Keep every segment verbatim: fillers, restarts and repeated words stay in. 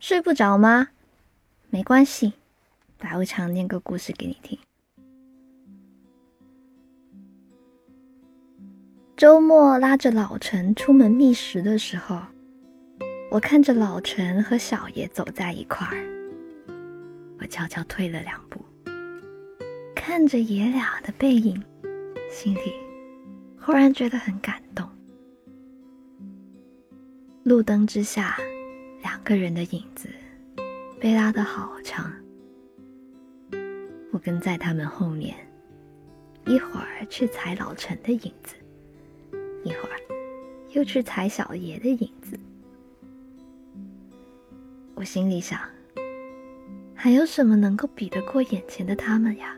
睡不着吗？没关系，白无常念个故事给你听。周末拉着老陈出门觅食的时候，我看着老陈和小爷走在一块儿，我悄悄退了两步，看着爷俩的背影，心里忽然觉得很感动。路灯之下，两个人的影子被拉得好长，我跟在他们后面，一会儿去踩老陈的影子，一会儿又去踩小爷的影子。我心里想，还有什么能够比得过眼前的他们呀？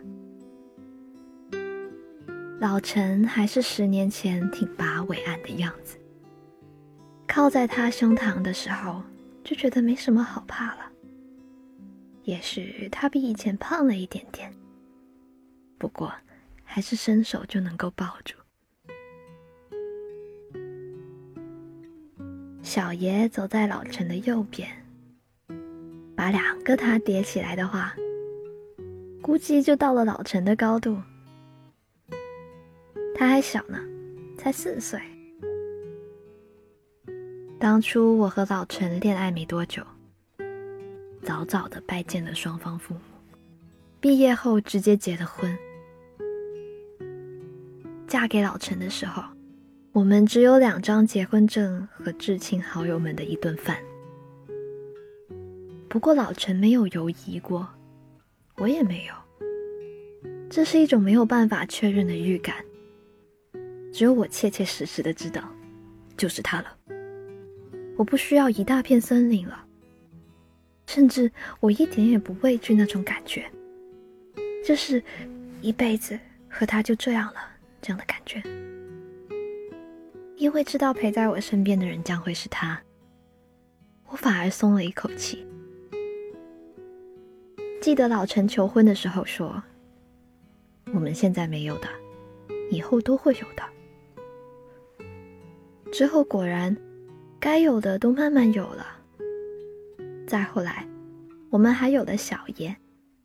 老陈还是十年前挺拔伟岸的样子，靠在他胸膛的时候就觉得没什么好怕了。也许他比以前胖了一点点，不过还是伸手就能够抱住。小爷走在老陈的右边，把两个他叠起来的话，估计就到了老陈的高度。他还小呢，才四岁。当初我和老陈恋爱没多久，早早的拜见了双方父母，毕业后直接结了婚。嫁给老陈的时候，我们只有两张结婚证和至亲好友们的一顿饭。不过老陈没有犹疑过，我也没有。这是一种没有办法确认的预感，只有我切切实实的知道，就是他了。我不需要一大片森林了，甚至我一点也不畏惧那种感觉，就是一辈子和他就这样了这样的感觉。因为知道陪在我身边的人将会是他，我反而松了一口气。记得老陈求婚的时候说，我们现在没有的，以后都会有的。之后果然该有的都慢慢有了。再后来我们还有了小爷。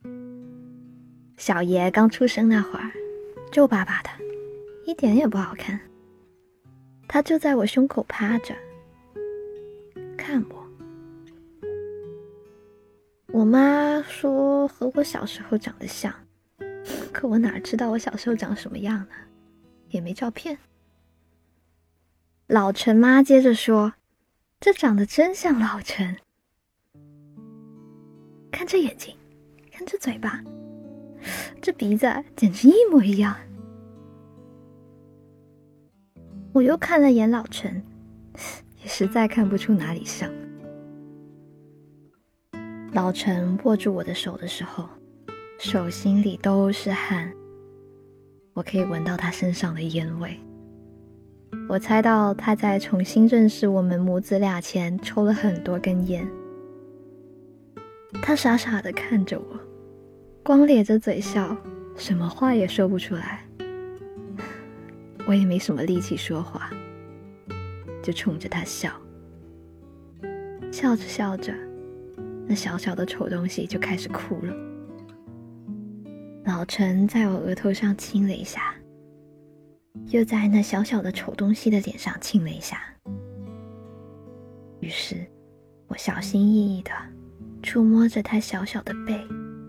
小爷刚出生那会儿皱巴巴的，一点也不好看。他就在我胸口趴着看我。我妈说和我小时候长得像，可我哪知道我小时候长什么样呢？也没照片。老陈妈接着说，这长得真像老陈。看这眼睛，看这嘴巴，这鼻子简直一模一样。我又看了眼老陈，也实在看不出哪里像。老陈握住我的手的时候，手心里都是汗，我可以闻到他身上的烟味。我猜到他在重新认识我们母子俩前抽了很多根烟。他傻傻地看着我，光咧着嘴笑，什么话也说不出来。我也没什么力气说话，就冲着他笑。笑着笑着，那小小的丑东西就开始哭了。老陈在我额头上亲了一下，又在那小小的丑东西的脸上亲了一下。于是我小心翼翼地触摸着他小小的背。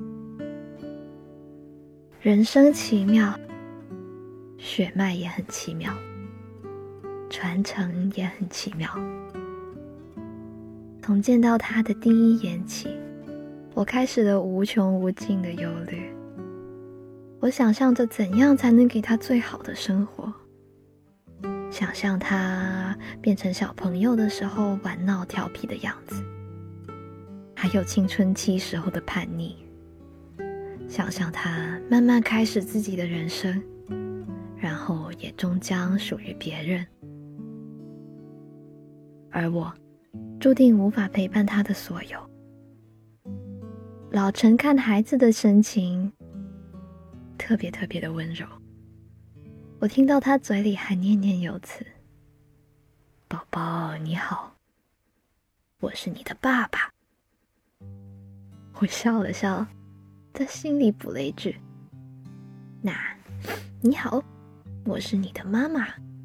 人生奇妙，血脉也很奇妙，传承也很奇妙。从见到他的第一眼起，我开始了无穷无尽的忧虑。我想象着怎样才能给他最好的生活，想象他变成小朋友的时候玩闹调皮的样子，还有青春期时候的叛逆，想象他慢慢开始自己的人生，然后也终将属于别人。而我注定无法陪伴他的所有。老陈看孩子的神情特别特别的温柔，我听到他嘴里还念念有词，宝宝你好，我是你的爸爸。 我笑了笑，在心里补了一句：那你好，我是你的妈妈。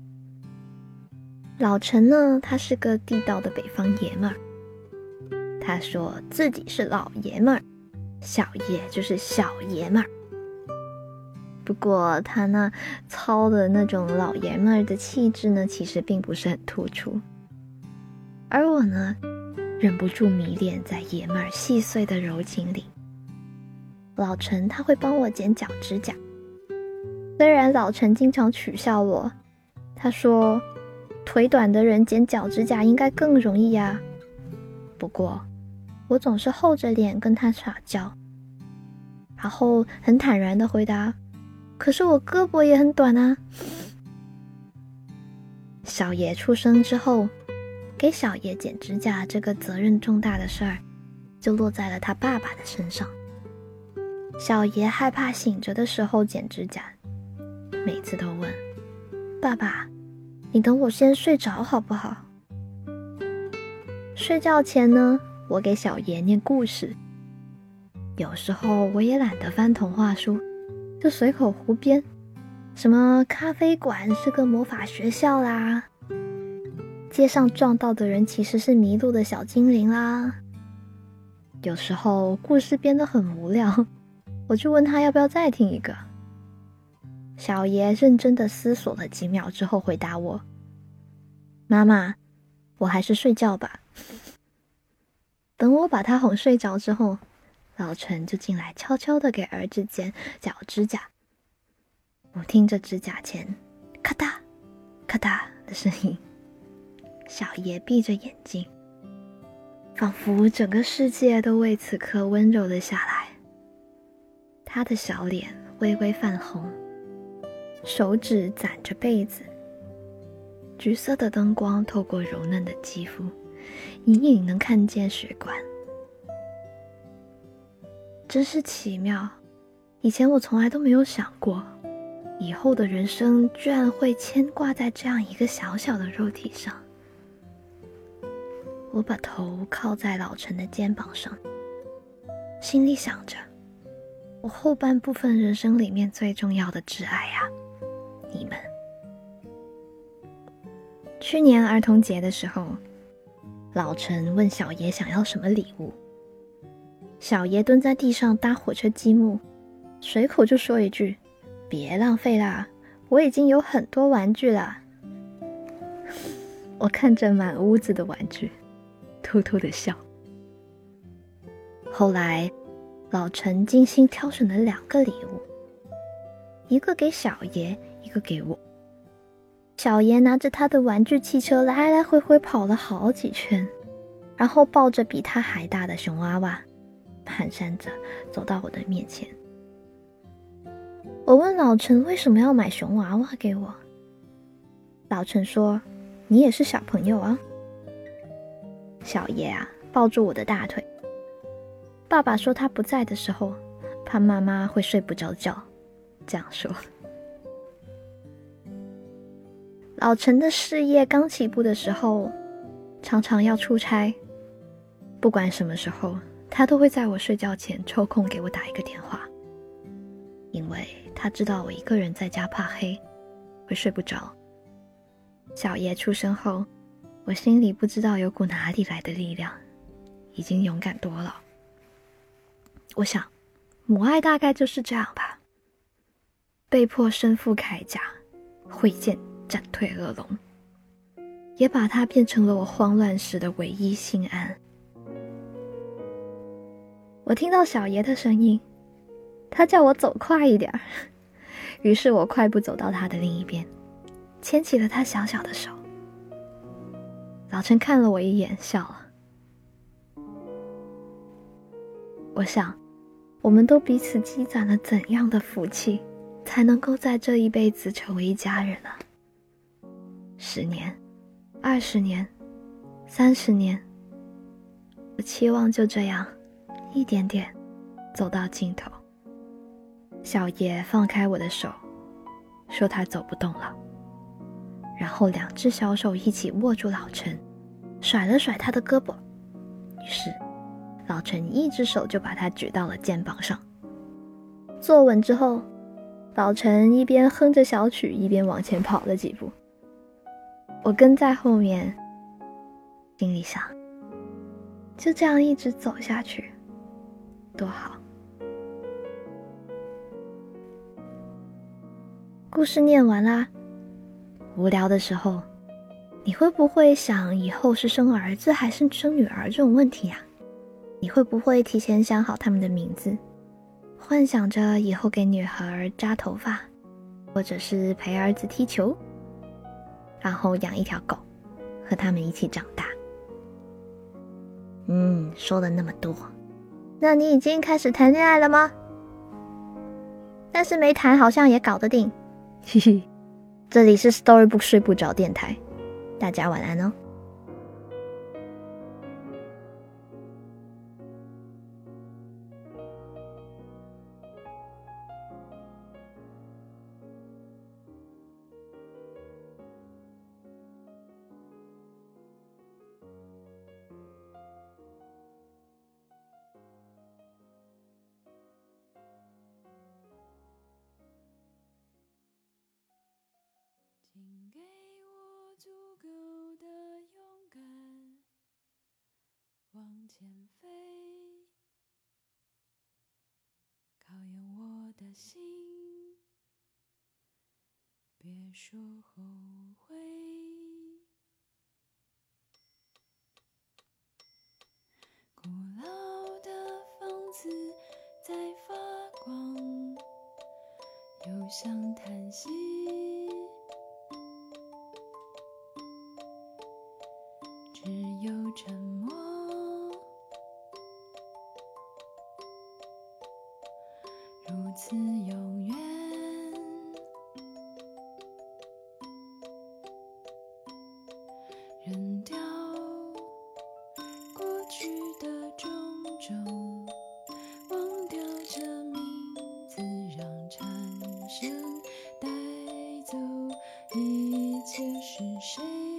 老陈呢，他是个地道的北方爷们儿，他说自己是老爷们儿，小爷就是小爷们儿。不过他那糙的那种老爷们儿的气质呢，其实并不是很突出。而我呢，忍不住迷恋在爷们儿细碎的柔情里。老陈他会帮我剪脚指甲，虽然老陈经常取笑我，他说腿短的人剪脚指甲应该更容易啊。不过我总是厚着脸跟他撒娇，然后很坦然地回答，可是我胳膊也很短啊。小爷出生之后，给小爷剪指甲这个责任重大的事儿就落在了他爸爸的身上。小爷害怕醒着的时候剪指甲，每次都问爸爸，你等我先睡着好不好？睡觉前呢，我给小爷念故事，有时候我也懒得翻童话书，就随口胡编，什么咖啡馆是个魔法学校啦，街上撞到的人其实是迷路的小精灵啦。有时候故事编得很无聊，我就问他要不要再听一个。小爷认真地思索了几秒之后回答我，妈妈，我还是睡觉吧。等我把他哄睡着之后，老陈就进来悄悄地给儿子剪脚指甲。我听着指甲钳咔嗒咔嗒的声音，小爷闭着眼睛，仿佛整个世界都为此刻温柔了下来。他的小脸微微泛红，手指攒着被子，橘色的灯光透过柔嫩的肌肤，隐隐能看见血管。真是奇妙，以前我从来都没有想过，以后的人生居然会牵挂在这样一个小小的肉体上。我把头靠在老陈的肩膀上，心里想着，我后半部分人生里面最重要的挚爱呀，你们。去年儿童节的时候，老陈问小爷想要什么礼物，小爷蹲在地上搭火车积木，随口就说一句，别浪费啦，我已经有很多玩具啦。我看着满屋子的玩具，偷偷的笑。后来老陈精心挑选了两个礼物，一个给小爷，一个给我。小爷拿着他的玩具汽车来来回回跑了好几圈，然后抱着比他还大的熊娃娃，蹒跚着走到我的面前。我问老陈为什么要买熊娃娃给我，老陈说，你也是小朋友啊。小爷啊，抱住我的大腿。爸爸说他不在的时候，怕妈妈会睡不着觉，这样说。老陈的事业刚起步的时候，常常要出差，不管什么时候，他都会在我睡觉前抽空给我打一个电话，因为他知道我一个人在家怕黑，会睡不着。小爷出生后，我心里不知道有股哪里来的力量，已经勇敢多了。我想，母爱大概就是这样吧，被迫身负铠甲，挥剑斩退恶龙，也把它变成了我慌乱时的唯一心安。我听到小爷的声音，他叫我走快一点，于是我快步走到他的另一边，牵起了他小小的手。老陈看了我一眼，笑了。我想，我们都彼此积攒了怎样的福气，才能够在这一辈子成为一家人呢？十年，二十年，三十年，我期望就这样，一点点走到尽头。小爷放开我的手，说他走不动了，然后两只小手一起握住老陈，甩了甩他的胳膊。于是， 老陈一只手就把他举到了肩膀上。坐稳之后，老陈一边哼着小曲，一边往前跑了几步。我跟在后面，心里想，就这样一直走下去，多好。故事念完啦，无聊的时候，你会不会想以后是生儿子还是生女儿这种问题啊？你会不会提前想好他们的名字，幻想着以后给女孩扎头发，或者是陪儿子踢球，然后养一条狗，和他们一起长大？嗯，说了那么多，那你已经开始谈恋爱了吗？但是没谈好像也搞得定。嘿嘿，这里是 Storybook 睡不着电台，大家晚安哦。 请给我足够的勇敢，往前飞，考验我的心，别说后悔。古老的房子在发光，又像叹息。只有沉默，如此永远。扔掉过去的种种，忘掉这名字，让蝉声带走一切是谁。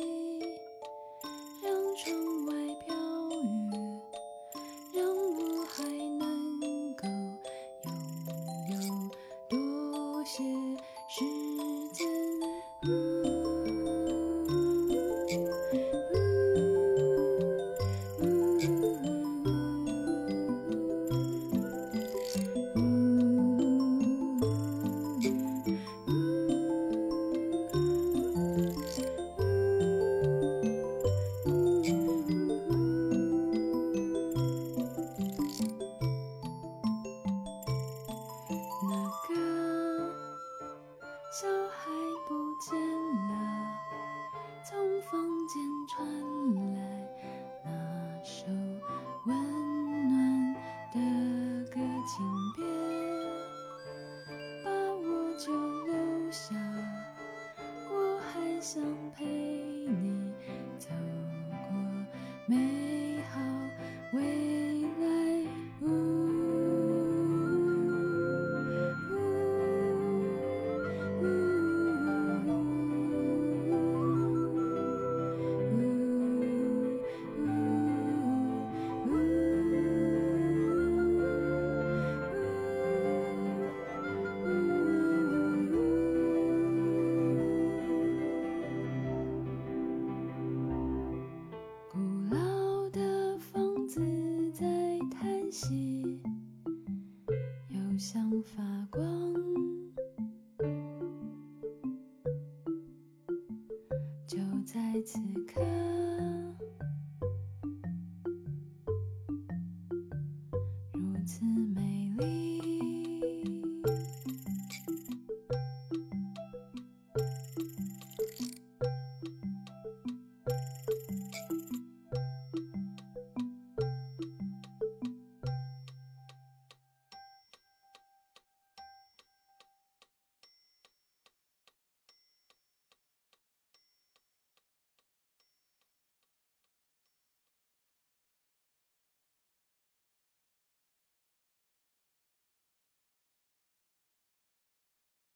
窗外飘雨，让我还能够拥有多些时间。小孩不见了，从房间传来那首温暖的歌，请别把我就留下，我还想陪你走过美好未来。呜古老的房子在叹息。